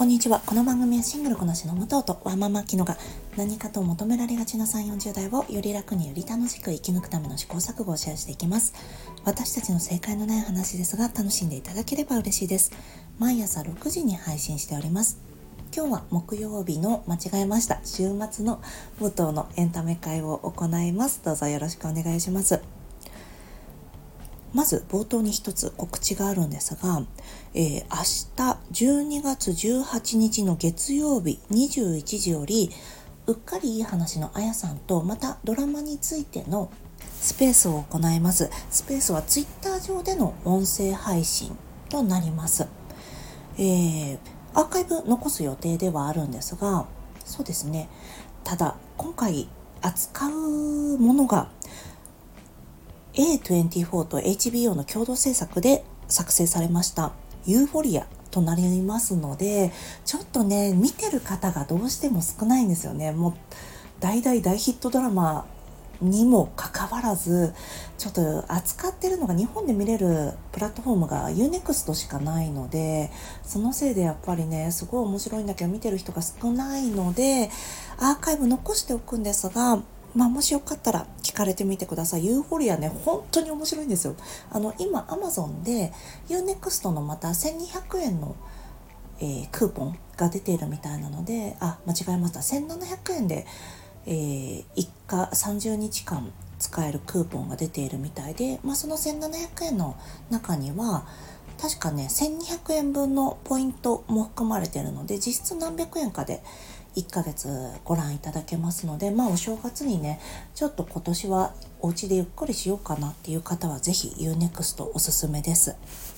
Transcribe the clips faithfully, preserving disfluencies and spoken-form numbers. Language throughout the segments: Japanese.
こんにちは。この番組はシングルこなしの武藤とワンママキノが何かと求められがちなさんじゅう、よんじゅう代をより楽により楽しく生き抜くための試行錯誤をシェアしていきます。私たちの正解のない話ですが楽しんでいただければ嬉しいです。毎朝ろくじに配信しております。今日は木曜日の間違えました週末の武藤のエンタメ会を行います。どうぞよろしくお願いします。まず冒頭に一つ告知があるんですが、えー、明日じゅうにがつじゅうはちにちの月曜日にじゅういちじよりうっかりいい話のあやさんとまたドラマについてのスペースを行います。スペースはツイッター上での音声配信となります。えー、アーカイブ残す予定ではあるんですが、そうですね、ただ今回扱うものがエーにじゅうよん と エイチビーオー の共同制作で作成されましたユーフォリアとなりますので、ちょっとね見てる方がどうしても少ないんですよね。もう大大大ヒットドラマにもかかわらず、ちょっと扱ってるのが日本で見れるプラットフォームが ユーネクスト しかないので、そのせいでやっぱりねすごい面白いんだけど見てる人が少ないのでアーカイブ残しておくんですが、まあ、もしよかったら聞かれてみてください。ユーフォリアね本当に面白いんですよ。あの今 Amazon で ユーネクスト のまたせんにひゃくえんの、えー、クーポンが出ているみたいなので、あ間違えました、せんななひゃくえんで、えー、一家さんじゅうにちかん使えるクーポンが出ているみたいで、まあ、そのせんななひゃくえんの中には確かねせんにひゃくえんぶんのポイントも含まれているので、実質何百円かでいっかげつご覧いただけますので、まあお正月にねちょっと今年はお家でゆっくりしようかなっていう方はぜひ ユーネクスト おすすめです。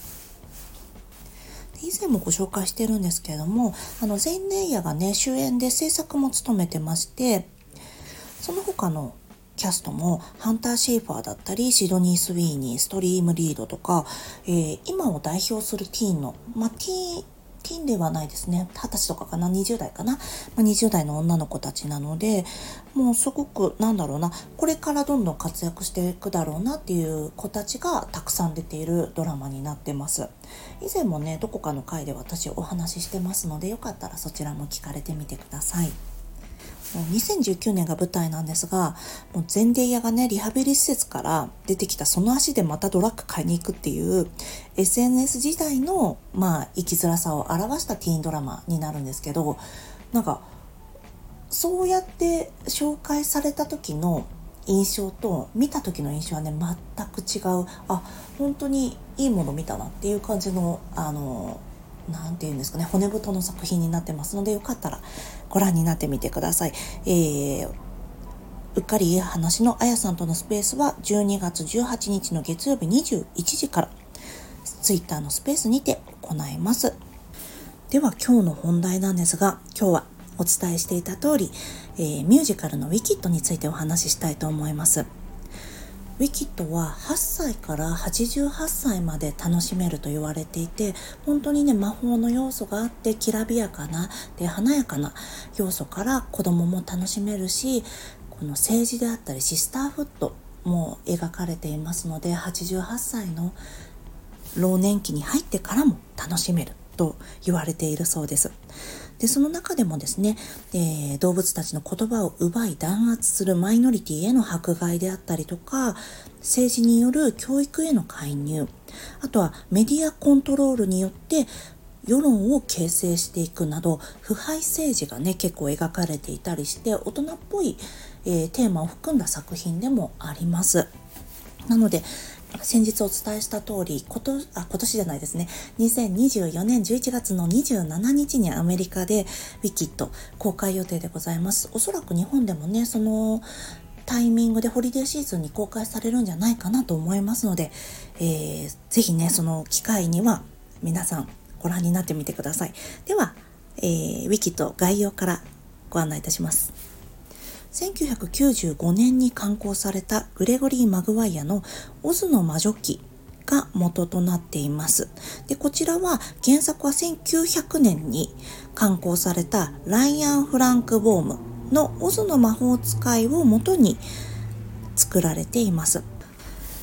以前もご紹介してるんですけれども、あのゼイン・レイヤーがね主演で制作も務めてまして、その他のキャストもハンター・シェイファーだったりシドニー・スウィーニー、ストリーム・リードとか、えー、今を代表するティーンの、まあ、ティーンティーンではないですね、はたちとかかな、にじゅう代かな、まあ、にじゅう代の女の子たちなので、もうすごくなんだろうな、これからどんどん活躍していくだろうなっていう子たちがたくさん出ているドラマになってます。以前もねどこかの回で私お話ししてますので、よかったらそちらも聞かれてみてください。にせんじゅうきゅうねんが舞台なんですが、もうゼンデイヤがねリハビリ施設から出てきたその足でまたドラッグ買いに行くっていう エスエヌエス 時代のまあ生きづらさを表したティーンドラマになるんですけど、なんかそうやって紹介された時の印象と見た時の印象はね全く違う、あ本当にいいもの見たなっていう感じのあのなんていうんですかね、骨太の作品になってますので、よかったらご覧になってみてください。えー、うっかりいい話のあやさんとのスペースはじゅうにがつじゅうはちにちの月曜日にじゅういちじからツイッターのスペースにて行います。では今日の本題なんですが、今日はお伝えしていた通り、えー、ミュージカルのウィキッドについてお話ししたいと思います。ウィキッドははっさいからはちじゅうはっさいまで楽しめると言われていて、本当にね魔法の要素があってきらびやかなで華やかな要素から子供も楽しめるし、この政治であったりシスターフッドも描かれていますので、はちじゅうはっさいの老年期に入ってからも楽しめると言われているそうです。でその中でもですね、えー、動物たちの言葉を奪い弾圧するマイノリティへの迫害であったりとか、政治による教育への介入、あとはメディアコントロールによって世論を形成していくなど、腐敗政治がね結構描かれていたりして、大人っぽい、えー、テーマを含んだ作品でもあります。なので先日お伝えした通り、今年、あ、今年じゃないですね、にせんにじゅうよねんじゅういちがつのにじゅうしちにちにアメリカでウィキッド公開予定でございます。おそらく日本でもねそのタイミングでホリデーシーズンに公開されるんじゃないかなと思いますので、えー、ぜひねその機会には皆さんご覧になってみてください。では、えー、ウィキッド概要からご案内いたします。せんきゅうひゃくきゅうじゅうごねんに刊行されたグレゴリー・マグワイアのオズの魔女記が元となっています。でこちらは原作はせんきゅうひゃくねんに刊行されたライアン・フランク・ボームのオズの魔法使いを元に作られています。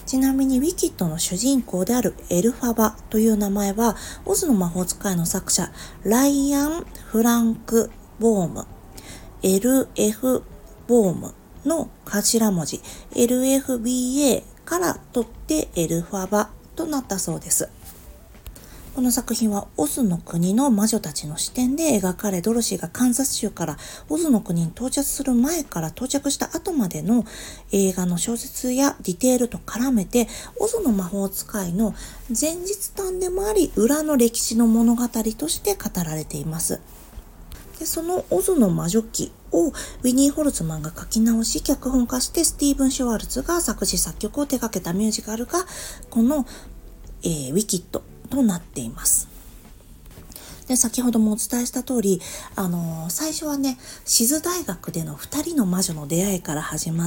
ちなみにウィキッドの主人公であるエルファバという名前は、オズの魔法使いの作者ライアン・フランク・ボーム エルエフ ボームの頭文字 エルエフビーエー から取ってエルファバとなったそうです。この作品はオズの国の魔女たちの視点で描かれ、ドロシーがカンザス州からオズの国に到着する前から到着した後までの映画の小説やディテールと絡めて、オズの魔法使いの前日譚でもあり裏の歴史の物語として語られています。でそのオズの魔女記をウィニー・ホルツマンが書き直し脚本化して、スティーブン・シュワルツが作詞作曲を手掛けたミュージカルがこの、えー、ウィキッドとなっています。で先ほどもお伝えした通り、あのー、最初はね、シズ大学でのふたりの魔女の出会いから始まって、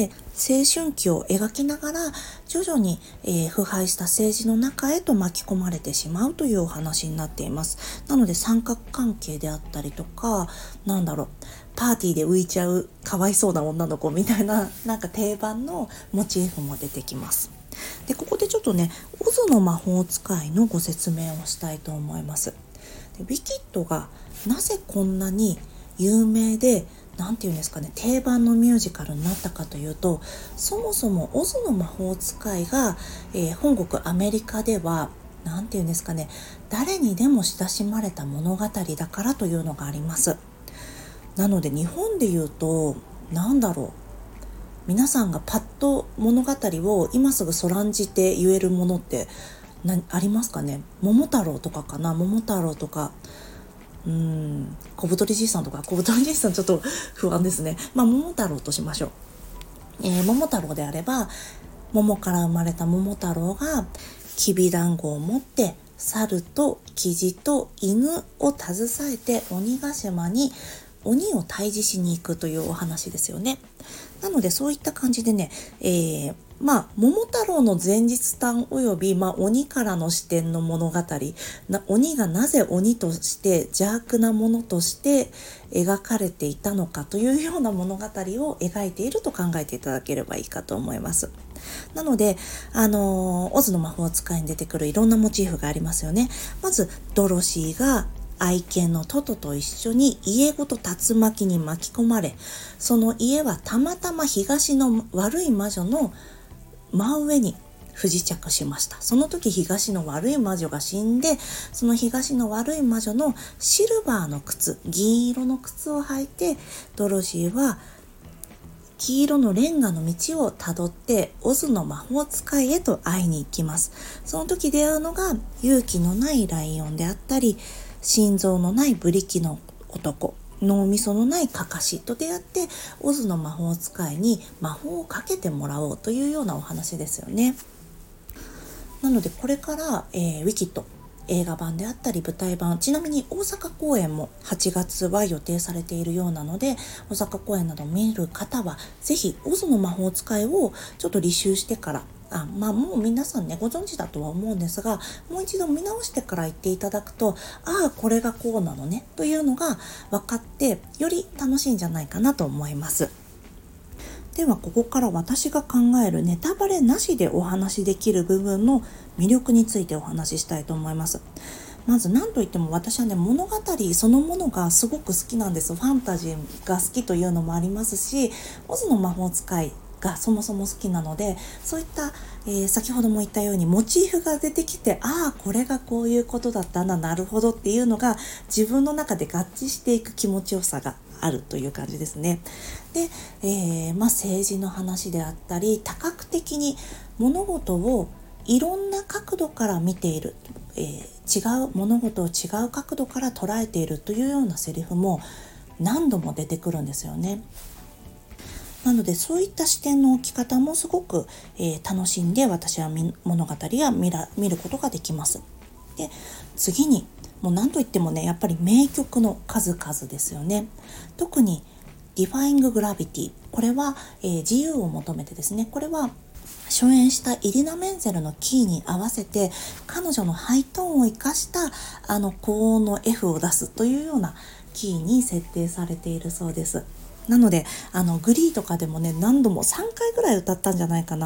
青春期を描きながら徐々に、えー、腐敗した政治の中へと巻き込まれてしまうというお話になっています。なので三角関係であったりとか、なんだろう、パーティーで浮いちゃうかわいそうな女の子みたいな、なんか定番のモチーフも出てきます。でここでちょっとね、オズの魔法使いのご説明をしたいと思います。でウィキッドがなぜこんなに有名で、なんていうんですかね、定番のミュージカルになったかというと、そもそもオズの魔法使いが、えー、本国アメリカではなんていうんですかね、誰にでも親しまれた物語だからというのがあります。なので日本で言うと、なんだろう、皆さんがパッと物語を今すぐそらんじて言えるものってなありますかね。桃太郎とかかな。桃太郎とか、うーん小太りじいさんとか、小太りじいさんちょっと不安ですね。まあ桃太郎としましょう。えー、桃太郎であれば、桃から生まれた桃太郎がきびだんごを持って猿とキジと犬を携えて鬼ヶ島に鬼を退治しに行くというお話ですよね。なのでそういった感じでね、えー、まあ桃太郎の前日譚および、まあ、鬼からの視点の物語な、鬼がなぜ鬼として邪悪なものとして描かれていたのかというような物語を描いていると考えていただければいいかと思います。なので、あのー、オズの魔法使いに出てくるいろんなモチーフがありますよね。まずドロシーが愛犬のトトと一緒に家ごと竜巻に巻き込まれ、その家はたまたま東の悪い魔女の真上に不時着しました。その時東の悪い魔女が死んで、その東の悪い魔女のシルバーの靴、銀色の靴を履いて、ドロシーは黄色のレンガの道をたどってオズの魔法使いへと会いに行きます。その時出会うのが勇気のないライオンであったり、心臓のないブリキの男、脳みそのないカカシと出会って、オズの魔法使いに魔法をかけてもらおうというようなお話ですよね。なのでこれから、えー、ウィキッド映画版であったり舞台版、ちなみに大阪公演もはちがつは予定されているようなので、大阪公演など見る方はぜひオズの魔法使いをちょっと履修してから、あまあもう皆さんねご存知だとは思うんですが、もう一度見直してから言っていただくと、ああこれがこうなのねというのが分かって、より楽しいんじゃないかなと思います。ではここから私が考えるネタバレなしでお話しできる部分の魅力についてお話ししたいと思います。まず何といっても私はね、物語そのものがすごく好きなんです。ファンタジーが好きというのもありますし、オズの魔法使いがそもそも好きなので、そういった、えー、先ほども言ったようにモチーフが出てきて、ああこれがこういうことだったんだ、なるほどっていうのが自分の中で合致していく気持ちよさがあるという感じですね。で、えーまあ、政治の話であったり、多角的に物事をいろんな角度から見ている、えー、違う物事を違う角度から捉えているというようなセリフも何度も出てくるんですよね。なのでそういった視点の置き方もすごく、えー、楽しんで私は物語は見ら見ることができます。で次にもう何といってもね、やっぱり名曲の数々ですよね。特に Defying Gravity、 これは、えー、自由を求めてですね、これは初演したイリナ・メンゼルのキーに合わせて彼女のハイトーンを生かしたあの高音の F を出すというようなキーに設定されているそうです。なのであのグリーとかでもね、何度もさんかいぐらい歌ったんじゃないかな。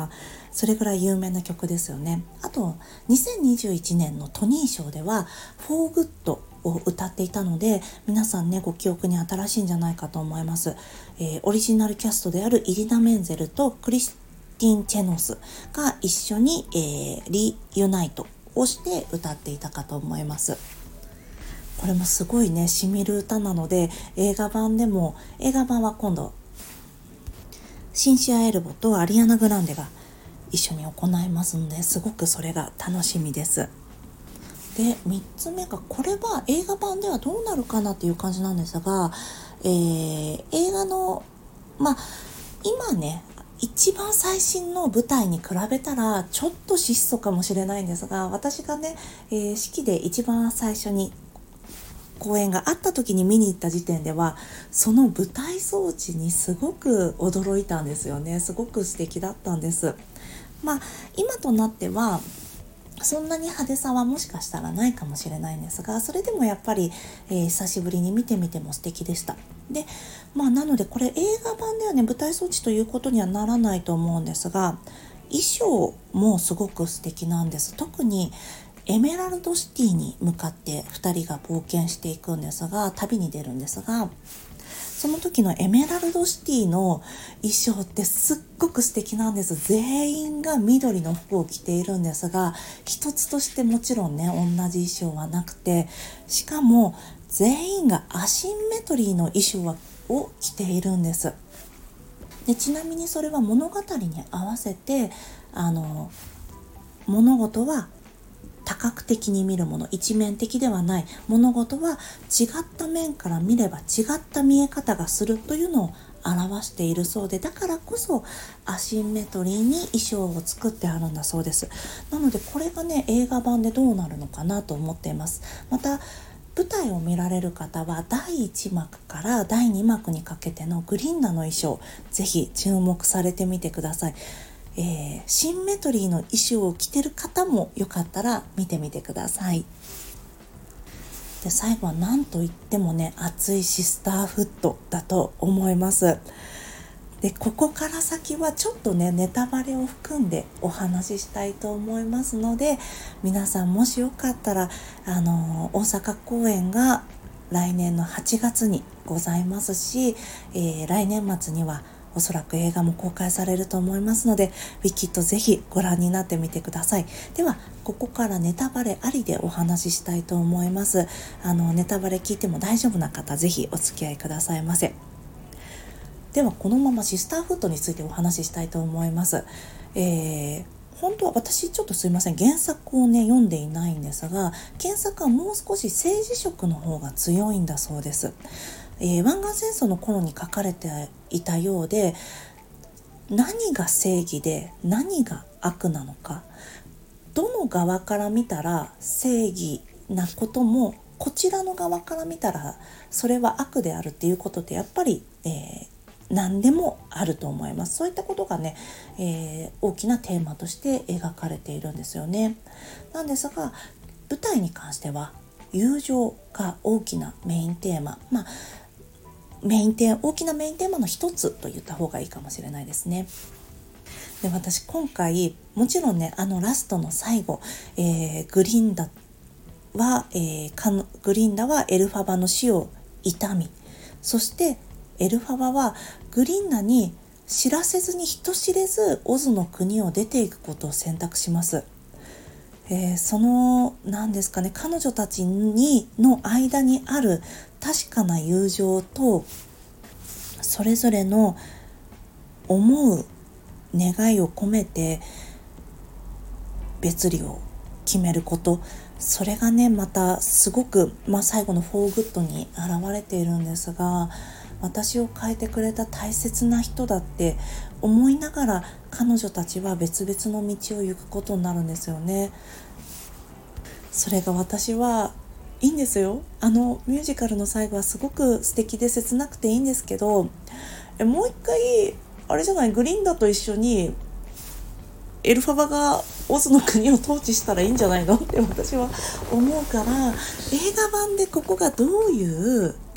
それぐらい有名な曲ですよね。あとにせんにじゅういちねんのトニー賞ではフォーグッドを歌っていたので、皆さんねご記憶に新しいんじゃないかと思います。えー、オリジナルキャストであるイリナ・メンゼルとクリスティン・チェノスが一緒に、えー、リユナイトをして歌っていたかと思います。これもすごいねしみる歌なので、映画版でも、映画版は今度シンシア・エルボとアリアナ・グランデが一緒に行いますので、すごくそれが楽しみです。でみっつめが、これは映画版ではどうなるかなっていう感じなんですが、えー、映画のまあ今ね一番最新の舞台に比べたらちょっと質素かもしれないんですが、私がね、えー、式で一番最初に公演があった時に見に行った時点では、その舞台装置にすごく驚いたんですよね。すごく素敵だったんです。まあ今となってはそんなに派手さはもしかしたらないかもしれないんですが、それでもやっぱり、えー、久しぶりに見てみても素敵でした。でまあなのでこれ映画版ではね舞台装置ということにはならないと思うんですが、衣装もすごく素敵なんです。特にエメラルドシティに向かってふたりが冒険していくんですが、旅に出るんですが、その時のエメラルドシティの衣装ってすっごく素敵なんです。全員が緑の服を着ているんですが、一つとしてもちろんね同じ衣装はなくて、しかも全員がアシンメトリーの衣装を着ているんです。でちなみにそれは物語に合わせて、あの物事は多角的に見るもの、一面的ではない物事は違った面から見れば違った見え方がするというのを表しているそうで、だからこそアシンメトリーに衣装を作ってあるんだそうです。なのでこれがね映画版でどうなるのかなと思っています。また舞台を見られる方はだいいち幕からだいに幕にかけてのグリンダの衣装、ぜひ注目されてみてください。えー、シンメトリーの衣装を着てる方もよかったら見てみてください。で最後は何といってもね熱いシスターフットだと思います。でここから先はちょっとねネタバレを含んでお話ししたいと思いますので、皆さんもしよかったらあのー、大阪公演が来年のはちがつにございますし、えー、来年末にはおそらく映画も公開されると思いますので、ウィキッドぜひご覧になってみてください。ではここからネタバレありでお話ししたいと思います。あのネタバレ聞いても大丈夫な方ぜひお付き合いくださいませ。ではこのままシスターフットについてお話ししたいと思います。えー本当は私ちょっとすいません原作をね読んでいないんですが、原作はもう少し政治色の方が強いんだそうです。えー、湾岸戦争の頃に書かれていたようで、何が正義で何が悪なのか、どの側から見たら正義なこともこちらの側から見たらそれは悪であるっていうことってやっぱり、えー、何でもあると思います。そういったことがね、えー、大きなテーマとして描かれているんですよね。なんですが舞台に関しては友情が大きなメインテーマ、まあメインテーマ大きなメインテーマの一つと言った方がいいかもしれないですね。で私今回もちろんねあのラストの最後、えー、グリンダは、えー、グリンダはエルファバの死を悼み、そしてエルファバはグリンダに知らせずに人知れずオズの国を出ていくことを選択します。えー、その何ですかね彼女たちにの間にある確かな友情とそれぞれの思う願いを込めて別離を決めること、それがねまたすごく、まあ、最後のフォーグッドに現れているんですが、私を変えてくれた大切な人だって思いながら彼女たちは別々の道を行くことになるんですよね。それが私はいいんですよ。あのミュージカルの最後はすごく素敵で切なくていいんですけど、えもう一回あれじゃない、グリンダと一緒にエルファバがオズの国を統治したらいいんじゃないのって私は思うから、映画版でここがどういう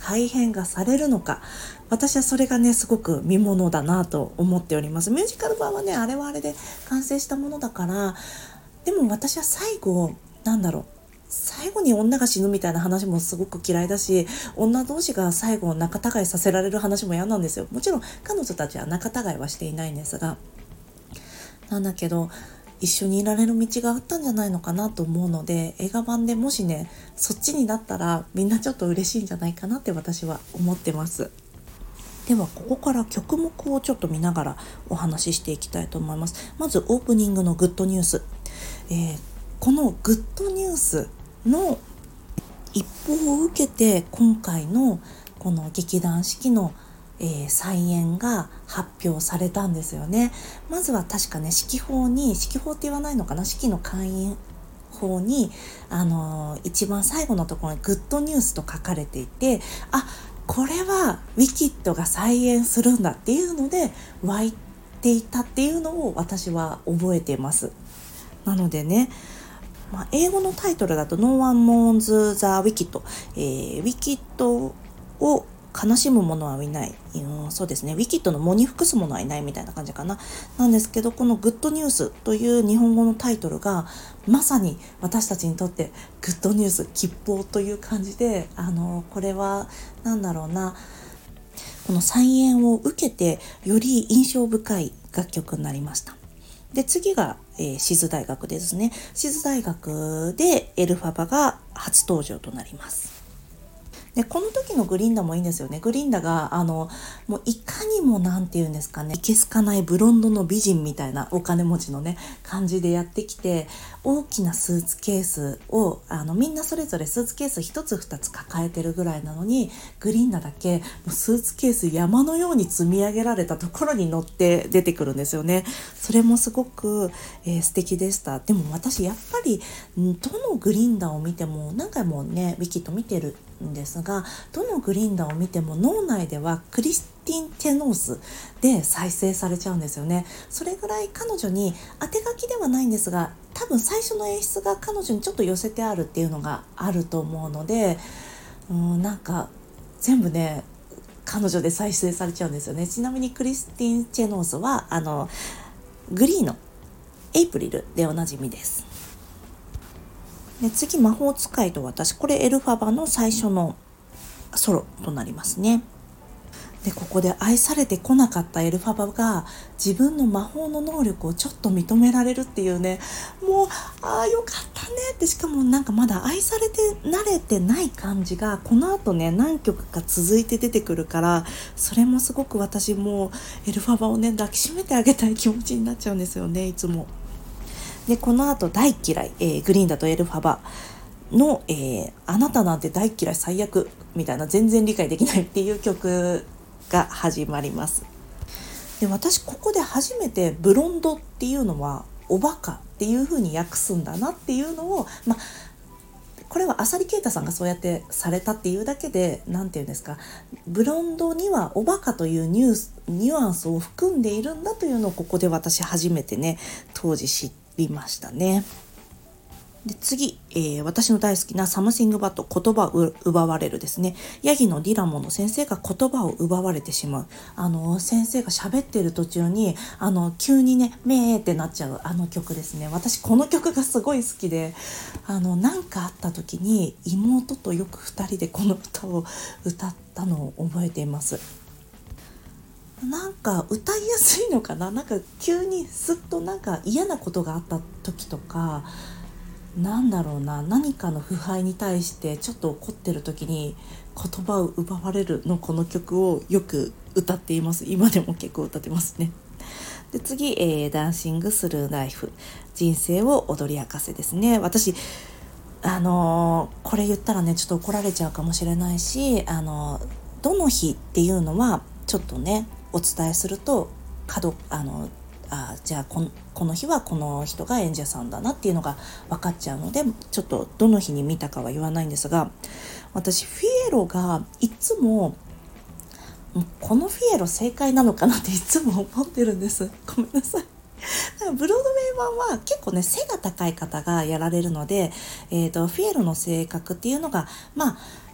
改編がされるのか、私はそれがねすごく見ものだなと思っております。ミュージカル版はねあれはあれで完成したものだから、でも私は最後なんだろう最後に女が死ぬみたいな話もすごく嫌いだし、女同士が最後仲違いさせられる話も嫌なんですよ。もちろん彼女たちは仲違いはしていないんですが、なんだけど一緒にいられる道があったんじゃないのかなと思うので、映画版でもしねそっちになったらみんなちょっと嬉しいんじゃないかなって私は思ってます。ではここから曲目をちょっと見ながらお話ししていきたいと思います。まずオープニングのグッドニュース、えー、このグッドニュースの一報を受けて今回のこの劇団四季の、えー、再演が発表されたんですよね。まずは確かね四季報に四季報って言わないのかな四季の会員法に、あのー、一番最後のところにグッドニュースと書かれていて、あこれはウィキッドが再演するんだっていうので湧いていたっていうのを私は覚えています。なのでね、まあ、英語のタイトルだと No one mourns the wicked、えー、ウィキッドを悲しむ者はいない、うん、そうですねウィキッドの喪に服す者はいないみたいな感じかな。なんですけど、このグッドニュースという日本語のタイトルがまさに私たちにとってグッドニュース吉報という感じで、あのこれはなんだろうな、この再演を受けてより印象深い楽曲になりました。で次が、えー、シズ大学ですね。シズ大学でエルファバが初登場となります。でこの時のグリンダもいいんですよね。グリンダがあのもういかにもなんていうんですかね、いけすかないブロンドの美人みたいなお金持ちのね感じでやってきて、大きなスーツケースをあのみんなそれぞれスーツケース一つ二つ抱えてるぐらいなのに、グリンダだけもうスーツケース山のように積み上げられたところに乗って出てくるんですよね。それもすごく、えー、素敵でした。でも私やっぱりどのグリンダを見ても何回もねウィキッド見てるんですが、どのグリンダを見ても脳内ではクリスティン・テノースで再生されちゃうんですよね。それぐらい彼女に当て書きではないんですが、多分最初の演出が彼女にちょっと寄せてあるっていうのがあると思うので、うん、なんか全部ね彼女で再生されちゃうんですよね。ちなみにクリスティン・テノースはあのグリーのエイプリルでおなじみです。で次魔法使いと私、これエルファバの最初のソロとなりますね。でここで愛されてこなかったエルファバが自分の魔法の能力をちょっと認められるっていうね、もうああよかったねって、しかもなんかまだ愛されて慣れてない感じがこの後ね何曲か続いて出てくるから、それもすごく私もエルファバをね抱きしめてあげたい気持ちになっちゃうんですよね、いつも。でこの後大嫌い、えー、グリーンダとエルファバの、えー、あなたなんて大嫌い最悪みたいな、全然理解できないっていう曲が始まります。で私ここで初めてブロンドっていうのはおバカっていう風に訳すんだなっていうのを、まあこれは浅利啓太さんがそうやってされたっていうだけで、なんていうんですか、ブロンドにはおバカというニュースニュアンスを含んでいるんだというのをここで私初めてね当時知りましたね。で次、えー、私の大好きなサムシングバット、言葉を奪われるですね。ヤギのディラモの先生が言葉を奪われてしまう、あの先生が喋っている途中にあの急にねメーってなっちゃうあの曲ですね。私この曲がすごい好きで、あのなんかあった時に妹とよくふたりでこの歌を歌ったのを覚えています。なんか歌いやすいのかな、なんか急にすっとなんか嫌なことがあった時とか、なんだろうな、何かの腐敗に対してちょっと怒ってる時に言葉を奪われるのこの曲をよく歌っています。今でも結構歌ってますね。で次、えー、ダンシングスルーライフ、人生を踊り明かせですね。私あのー、これ言ったらねちょっと怒られちゃうかもしれないし、あのー、どの日っていうのはちょっとねお伝えすると角あのあじゃあ この、この日はこの人が演者さんだなっていうのが分かっちゃうので、ちょっとどの日に見たかは言わないんですが、私フィエロがいつもこのフィエロ正解なのかなっていつも思ってるんです。ごめんなさい。ブロードウェイ版は結構ね背が高い方がやられるので、えーと、フィエロの性格っていうのがまあ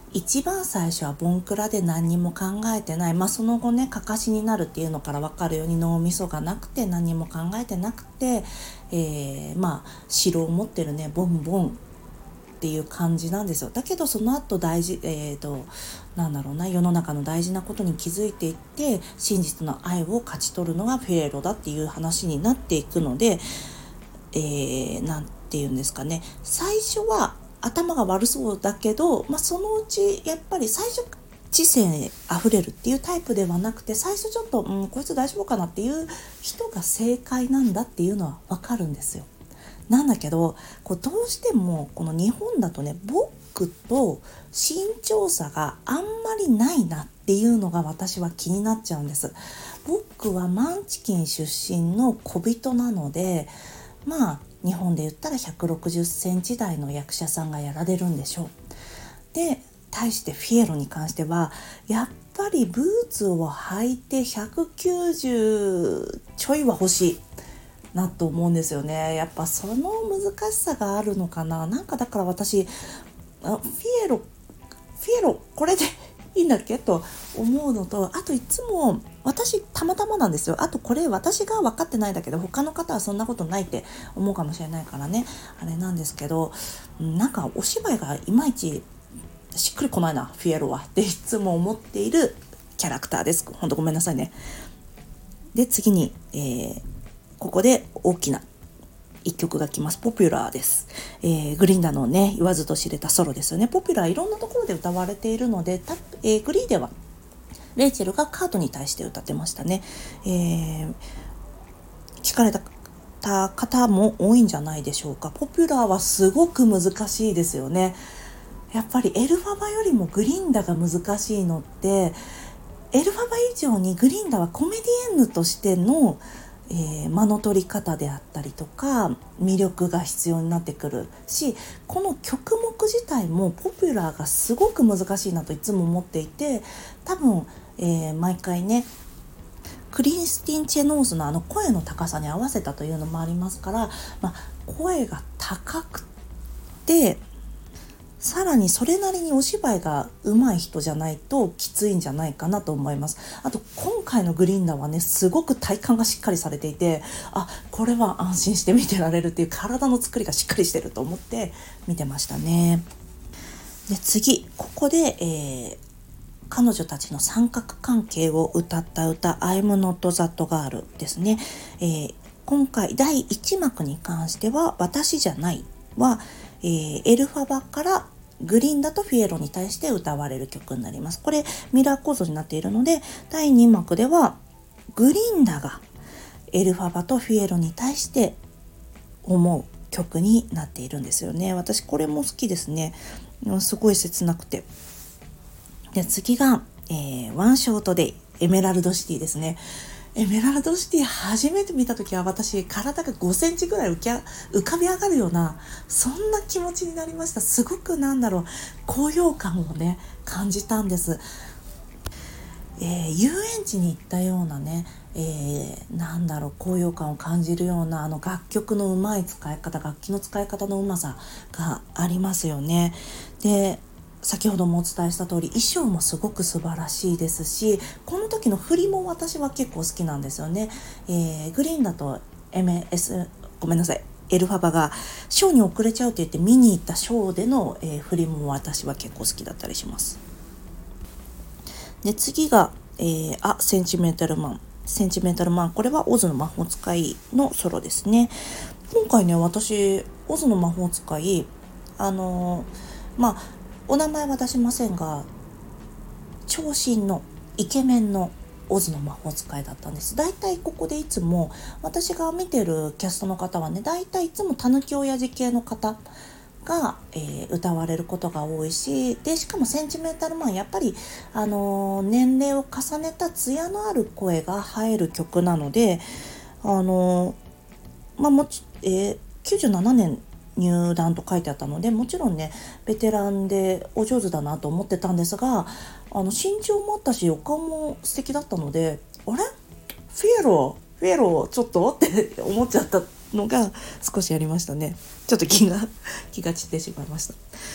一番最初はボンクラで何にも考えてない、まあその後ねかかしになるっていうのから分かるように脳みそがなくて何にも考えてなくて、えー、まあ城を持ってるねボンボンっていう感じなんですよ。だけどその後大事、えーと、なんだろうな世の中の大事なことに気づいていって真実の愛を勝ち取るのがフィエロだっていう話になっていくので、えー、なんていうんですかね、最初は頭が悪そうだけど、まあ、そのうちやっぱり最初知性あふれるっていうタイプではなくて、最初ちょっと、うん、こいつ大丈夫かなっていう人が正解なんだっていうのは分かるんですよ。なんだけどこうどうしてもこの日本だとねボックと身長差があんまりないなっていうのが私は気になっちゃうんです。ボックはマンチキン出身の小人なので、まあ日本で言ったらひゃくろくじゅっセンチ台の役者さんがやられるんでしょう。で対してフィエロに関してはやっぱりブーツを履いてひゃくきゅうじゅうちょいは欲しいなと思うんですよね。やっぱその難しさがあるのかな。なんかだから私あフィエロフィエロこれでいいんだっけと思うのと、あといつも私たまたまなんですよ。あとこれ私が分かってないだけど他の方はそんなことないって思うかもしれないからねあれなんですけど、なんかお芝居がいまいちしっくりこないなフィエロはっていつも思っているキャラクターです。ほんとごめんなさいね。で次に、えー、ここで大きな一曲が来ます。ポピュラーです、えー、グリンダのね言わずと知れたソロですよね。ポピュラーいろんなところで歌われているので、た、えー、グリーではレイチェルがカートに対して歌ってましたね。えー、聞かれた方も多いんじゃないでしょうか。ポピュラーはすごく難しいですよね。やっぱりエルファバよりもグリンダが難しいのってエルファバ以上にグリンダはコメディエンヌとしてのえー、間の取り方であったりとか魅力が必要になってくるし、この曲目自体もポピュラーがすごく難しいなといつも思っていて、多分、えー、毎回ねクリスティン・チェノーズのあの声の高さに合わせたというのもありますから、まあ、声が高くてさらにそれなりにお芝居が上手い人じゃないときついんじゃないかなと思います。あと今回のグリンダはねすごく体幹がしっかりされていて、あこれは安心して見てられるっていう体の作りがしっかりしてると思って見てましたね。で次ここで、えー、彼女たちの三角関係を歌った歌 I'm not that girl ですね。えー、今回だいいち幕に関しては私じゃないはえー、エルファバからグリンダとフィエロに対して歌われる曲になります。これミラー構造になっているのでだいに幕ではグリンダがエルファバとフィエロに対して思う曲になっているんですよね。私これも好きですね。すごい切なくて。で次が、えー、ワンショートデイエメラルドシティですね。エメラルドシティ初めて見た時は私体がごセンチぐらい浮きゃ浮かび上がるようなそんな気持ちになりました。すごくなんだろう高揚感をね感じたんです。えー、遊園地に行ったようなね、えー、なんだろう高揚感を感じるようなあの楽曲のうまい使い方楽器の使い方のうまさがありますよね。で先ほどもお伝えした通り衣装もすごく素晴らしいですし、この時の振りも私は結構好きなんですよね。えー、グリーンだと エムエス ごめんなさいエルファバがショーに遅れちゃうって言って見に行ったショーでの、えー、振りも私は結構好きだったりします。で次が、えー、あセンチメンタルマンセンチメンタルマンこれはオズの魔法使いのソロですね。今回ね私オズの魔法使いあのー、まあお名前は出しませんが長身のイケメンのオズの魔法使いだったんです。だいたいここでいつも私が見てるキャストの方はねだいたいいつもたぬき親父系の方が、えー、歌われることが多いし、でしかもセンチメンタルマンやっぱり、あのー、年齢を重ねた艶のある声が入る曲なので、あのー、まあもち、えー、きゅうじゅうななねん入団と書いてあったのでもちろんねベテランでお上手だなと思ってたんですが、あの身長もあったしお顔も素敵だったのであれフィエロフィエロちょっとって思っちゃったのが少しありましたね。ちょっと気が気が散ってしまいました。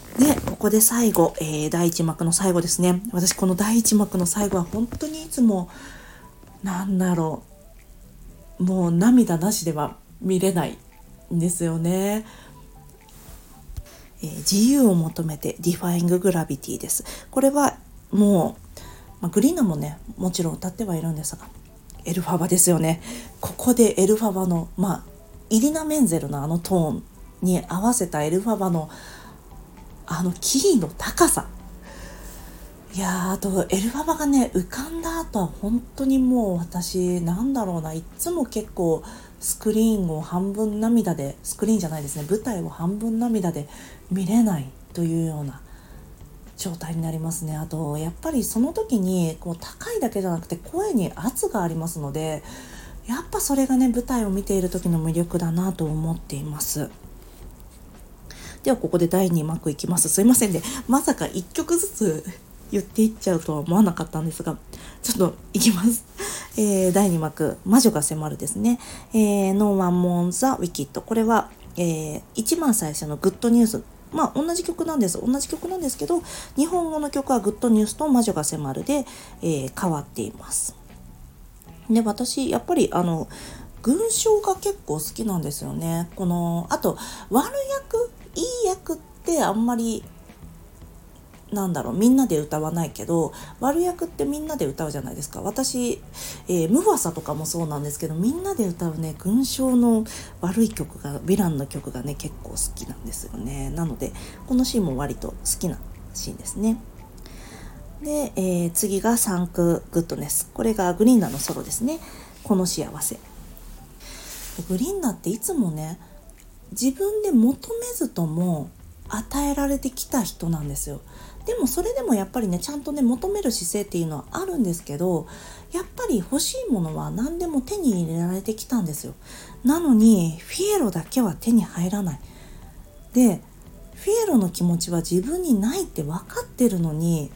でここで最後、えー、だいいち幕の最後ですね。私このだいいち幕の最後は本当にいつもなんだろうもう涙なしでは見れないんですよね。えー、自由を求めて Defying Gravity です。これはもう、まあ、グリーナもねもちろん歌ってはいるんですが、エルファバですよね。ここでエルファバのまあイリナ・メンゼルのあのトーンに合わせたエルファバのあのキーの高さ、いやあとエルファバがね浮かんだ後は本当にもう私なんだろうないつも結構スクリーンを半分涙でスクリーンじゃないですね舞台を半分涙で見れないというような状態になりますね。あとやっぱりその時にこう高いだけじゃなくて声に圧がありますので、やっぱそれがね舞台を見ている時の魅力だなと思っています。ではここでだいに幕いきます。すいませんね、まさかいっきょくずつ言っていっちゃうとは思わなかったんですが、ちょっといきます。えー、だいに幕魔女が迫るですね。えー、No One Mourns the Wicked、 これは、えー、一番最初のグッドニュース、まあ同じ曲なんです同じ曲なんですけど、日本語の曲はグッドニュースと魔女が迫るで、えー、変わっています。で私やっぱりあの群唱が結構好きなんですよね。このあと悪役いい役ってあんまりなんだろうみんなで歌わないけど、悪役ってみんなで歌うじゃないですか。私、えー、ムファサとかもそうなんですけど、みんなで歌うね群唱の悪い曲がヴィランの曲がね結構好きなんですよね。なのでこのシーンも割と好きなシーンですね。で、えー、次がサンクグッドネス、これがグリンダのソロですね。この幸せ、グリンダっていつもね自分で求めずとも与えられてきた人なんですよ。でもそれでもやっぱりねちゃんとね求める姿勢っていうのはあるんですけど、やっぱり欲しいものは何でも手に入れられてきたんですよ。なのにフィエロだけは手に入らない。でフィエロの気持ちは自分にないって分かってるのに、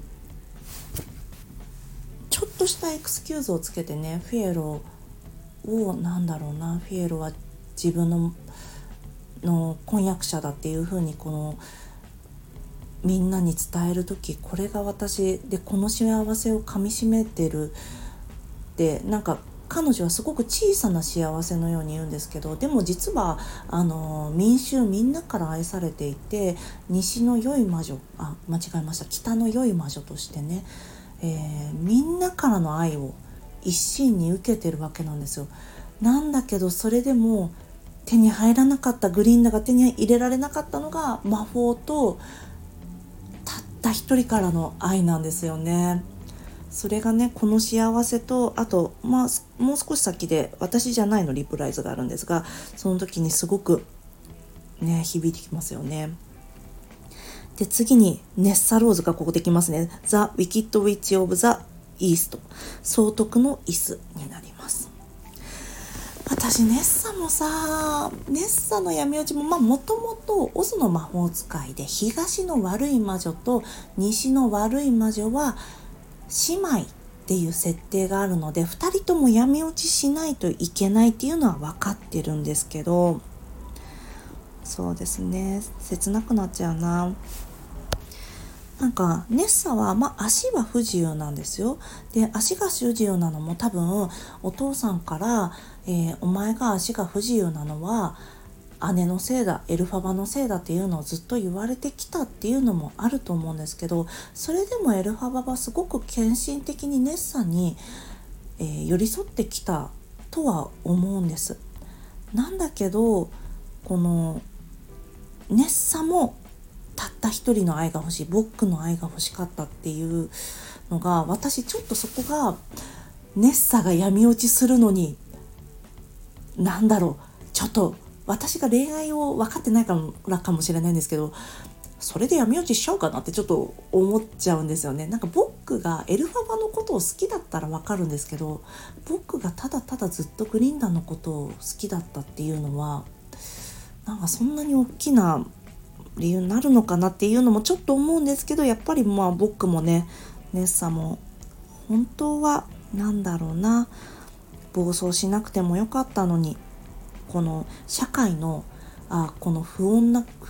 ちょっとしたエクスキューズをつけてねフィエロをなんだろうなフィエロは自分のの婚約者だっていう風にこのみんなに伝える時、これが私でこの幸せをかみしめてるってなんか彼女はすごく小さな幸せのように言うんですけど、でも実はあの民衆みんなから愛されていて、西の良い魔女あ間違えました北の良い魔女としてね、えー、みんなからの愛を一身に受けてるわけなんですよ。なんだけどそれでも手に入らなかったグリンダが手に入れられなかったのが魔法とたった一人からの愛なんですよね。それがねこの幸せと、あと、まあ、もう少し先で私じゃないのリプライズがあるんですが、その時にすごくね響いてきますよね。で次にネッサローズがここできますね。 The Wicked Witch of the East、 総督の椅子になります。私ネッサもさネッサの闇落ちもまあもともとオズの魔法使いで、東の悪い魔女と西の悪い魔女は姉妹っていう設定があるので、ふたりとも闇落ちしないといけないっていうのは分かってるんですけど、そうですね切なくなっちゃうな。なんかネッサは、まあ、足は不自由なんですよ。で足が不自由なのも多分お父さんから、えー、お前が足が不自由なのは姉のせいだエルファバのせいだっていうのをずっと言われてきたっていうのもあると思うんですけど、それでもエルファバはすごく献身的にネッサに、えー、寄り添ってきたとは思うんです。なんだけどこのネッサもたった一人の愛が欲しい、ボックの愛が欲しかったっていうのが、私ちょっとそこがネッサが闇落ちするのになんだろうちょっと私が恋愛を分かってないからかもしれないんですけど、それで闇落ちしちゃうかなってちょっと思っちゃうんですよね。なんかボックがエルファバのことを好きだったら分かるんですけど、ボックがただただずっとグリンダのことを好きだったっていうのはなんかそんなに大きな理由になるのかなっていうのもちょっと思うんですけど、やっぱりまあボックもねネッサも本当はなんだろうな暴走しなくてもよかったのに、この社会のあこの不穏な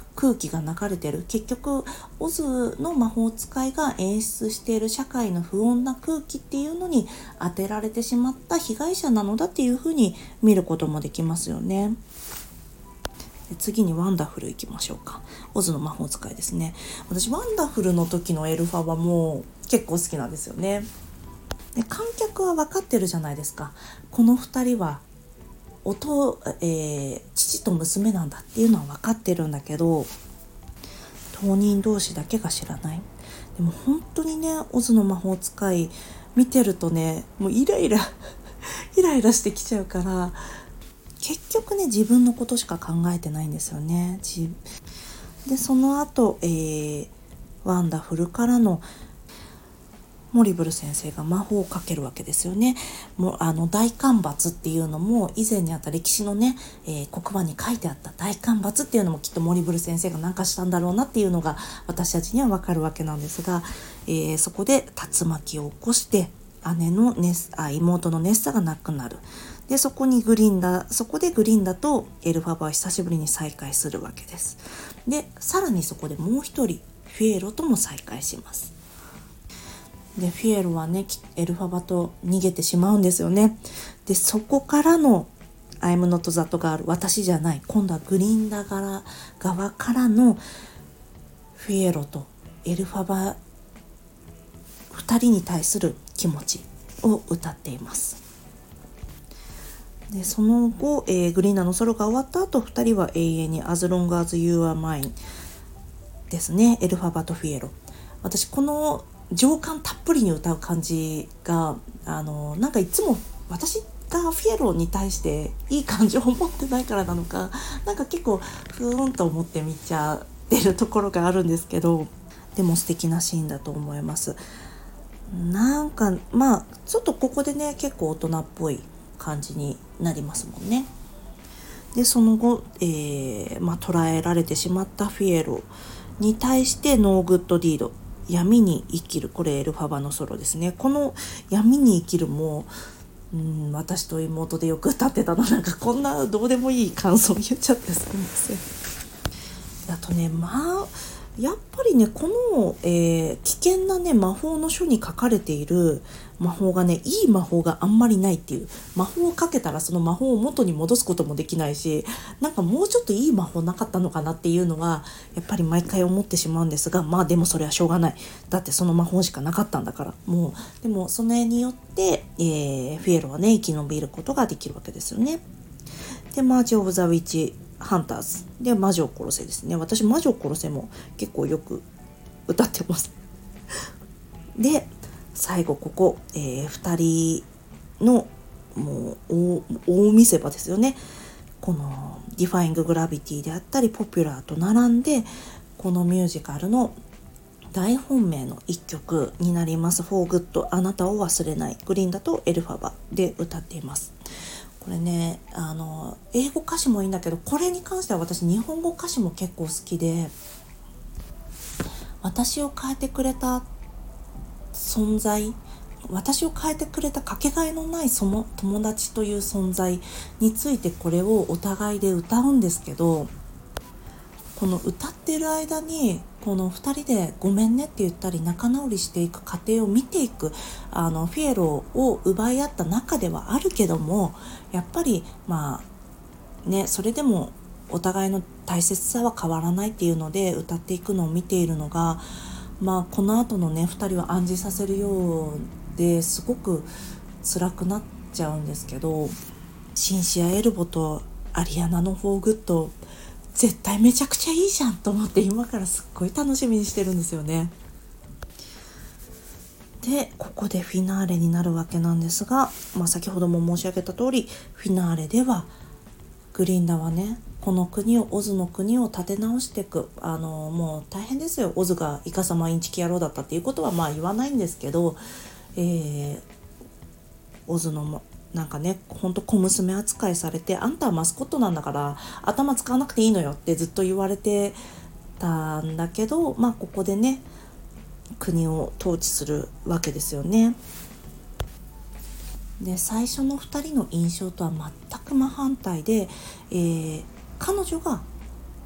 空気が流れてる、結局オズの魔法使いが演出している社会の不穏な空気っていうのに当てられてしまった被害者なのだっていうふうに見ることもできますよね。で次にワンダフルいきましょうか。オズの魔法使いですね。私ワンダフルの時のエルファバも結構好きなんですよね。で観客は分かってるじゃないですか。このふたりはおと、えー、父と娘なんだっていうのは分かってるんだけど、当人同士だけが知らない。でも本当にね、オズの魔法使い見てるとね、もうイライライライラしてきちゃうから、結局ね自分のことしか考えてないんですよね。でその後、えー、ワンダフルからのモリブル先生が魔法をかけるわけですよね。もうあの大干ばつっていうのも以前にあった歴史のね、えー、黒板に書いてあった大干ばつっていうのもきっとモリブル先生が何かしたんだろうなっていうのが私たちにはわかるわけなんですが、えー、そこで竜巻を起こして姉のネスあ妹のネッサが亡くなる。でそこにグリンダそこでグリンダとエルファバは久しぶりに再会するわけです。でさらにそこでもう一人フィエロとも再会します。でフィエロはねエルファバと逃げてしまうんですよね。でそこからのアイムノットザットガール、私じゃない、今度はグリンダ側からのフィエロとエルファバふたりに対する気持ちを歌っています。でその後、えー、グリーンダのソロが終わった後、ふたりは永遠に As long as you are mine ですね。エルファバとフィエロ、私この情感たっぷりに歌う感じがあのなんかいつも私がフィエロに対していい感情を持ってないからなのか、なんか結構ふーんと思って見ちゃってるところがあるんですけど、でも素敵なシーンだと思います。なんかまあちょっとここでね結構大人っぽい感じになりますもんね。でその後、えーまあ、捕らえられてしまったフィエロに対してノーグッドディード、闇に生きる、これエルファバのソロですね。この闇に生きるもうん私と妹でよく歌ってたの。なんかこんなどうでもいい感想言っちゃってすみません。あとねまあやっぱりねこの、えー、危険なね魔法の書に書かれている魔法がねいい魔法があんまりないっていう、魔法をかけたらその魔法を元に戻すこともできないし、なんかもうちょっといい魔法なかったのかなっていうのはやっぱり毎回思ってしまうんですが、まあでもそれはしょうがない、だってその魔法しかなかったんだから。もうでもそれによって、えー、フィエロはね生き延びることができるわけですよね。でマーチ・オブ・ザ・ウィッチハンターズで魔女を殺せですね。私魔女を殺せも結構よく歌ってますで最後ここ、えー、ふたりのもう 大, 大見せ場ですよね。このディファイング・グラビティであったりポピュラーと並んでこのミュージカルの大本命の一曲になりますフォーグッド、あなたを忘れない、グリンダとエルファバで歌っています。これねあの英語歌詞もいいんだけど、これに関しては私日本語歌詞も結構好きで、私を変えてくれた存在、私を変えてくれたかけがえのないその友達という存在についてこれをお互いで歌うんですけど、この歌ってる間にこのふたりでごめんねって言ったり仲直りしていく過程を見ていく、あのフィエロを奪い合った中ではあるけども、やっぱりまあねそれでもお互いの大切さは変わらないっていうので歌っていくのを見ているのが、まあこの後のねふたりは暗示させるようですごく辛くなっちゃうんですけど、シンシア・エルボとアリアナのフォーグッド絶対めちゃくちゃいいじゃんと思って今からすっごい楽しみにしてるんですよね。でここでフィナーレになるわけなんですが、まあ、先ほども申し上げた通りフィナーレではグリンダはねこの国をオズの国を立て直していく、あのもう大変ですよ。オズがイカサマインチキ野郎だったっていうことはまあ言わないんですけど、えー、オズのなんかねほんと小娘扱いされて、あんたはマスコットなんだから頭使わなくていいのよってずっと言われてたんだけど、まあここでね国を統治するわけですよね。で最初のふたりの印象とは全く真反対で、えー、彼女が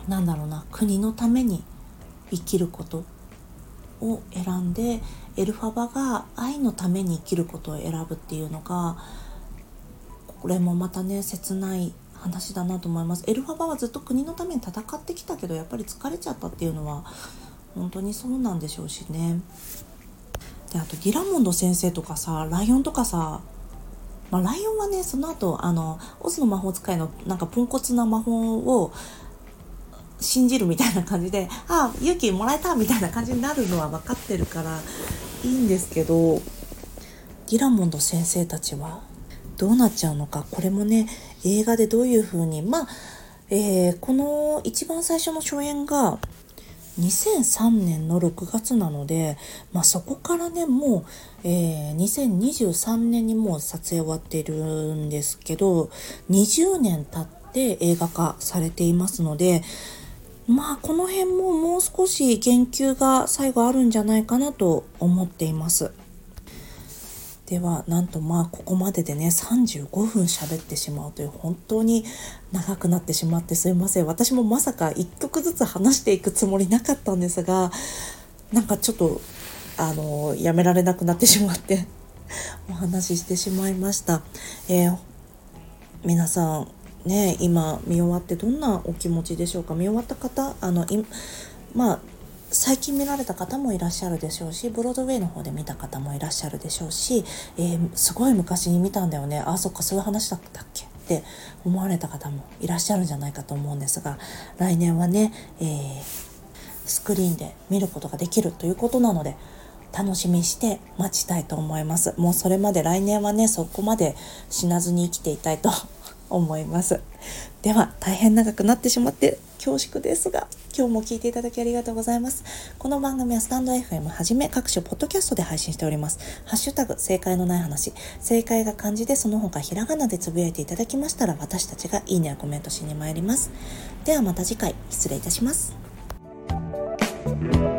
なんだろうな、国のために生きることを選んで、エルファバが愛のために生きることを選ぶっていうのが、これもまたね切ない話だなと思います。エルファバはずっと国のために戦ってきたけど、やっぱり疲れちゃったっていうのは本当にそうなんでしょうしね。で、あとディラモンド先生とかさ、ライオンとかさ、まあ、ライオンはねその後あのオズの魔法使いのなんかポンコツな魔法を信じるみたいな感じで、ああ勇気もらえたみたいな感じになるのは分かってるからいいんですけど、ディラモンド先生たちはどうなっちゃうのか。これもね映画でどういう風に、まあ、えー、この一番最初の初演がにせんさんねんのろくがつなので、まあ、そこからねもう、えー、にせんにじゅうさんねんにもう撮影終わっているんですけど、にじゅうねん経って映画化されていますので、まあこの辺ももう少し言及が最後あるんじゃないかなと思っています。ではなんとまあここまででねさんじゅうごふん喋ってしまうという、本当に長くなってしまってすいません。私もまさかいっきょくずつ話していくつもりなかったんですが、なんかちょっとあのやめられなくなってしまってお話ししてしまいました。えー、皆さんね今見終わってどんなお気持ちでしょうか。見終わった方、あのいまあ最近見られた方もいらっしゃるでしょうし、ブロードウェイの方で見た方もいらっしゃるでしょうし、えー、すごい昔に見たんだよね、あそっかそういう話だったっけって思われた方もいらっしゃるんじゃないかと思うんですが、来年はね、えー、スクリーンで見ることができるということなので楽しみにして待ちたいと思います。もうそれまで来年はねそこまで死なずに生きていたいと思います。では大変長くなってしまって恐縮ですが、今日も聞いていただきありがとうございます。この番組はスタンド エフエム はじめ各種ポッドキャストで配信しております。ハッシュタグ正解のない話、正解が漢字でその他ひらがなでつぶやいていただきましたら、私たちがいいねやコメントしに参ります。ではまた次回失礼いたします。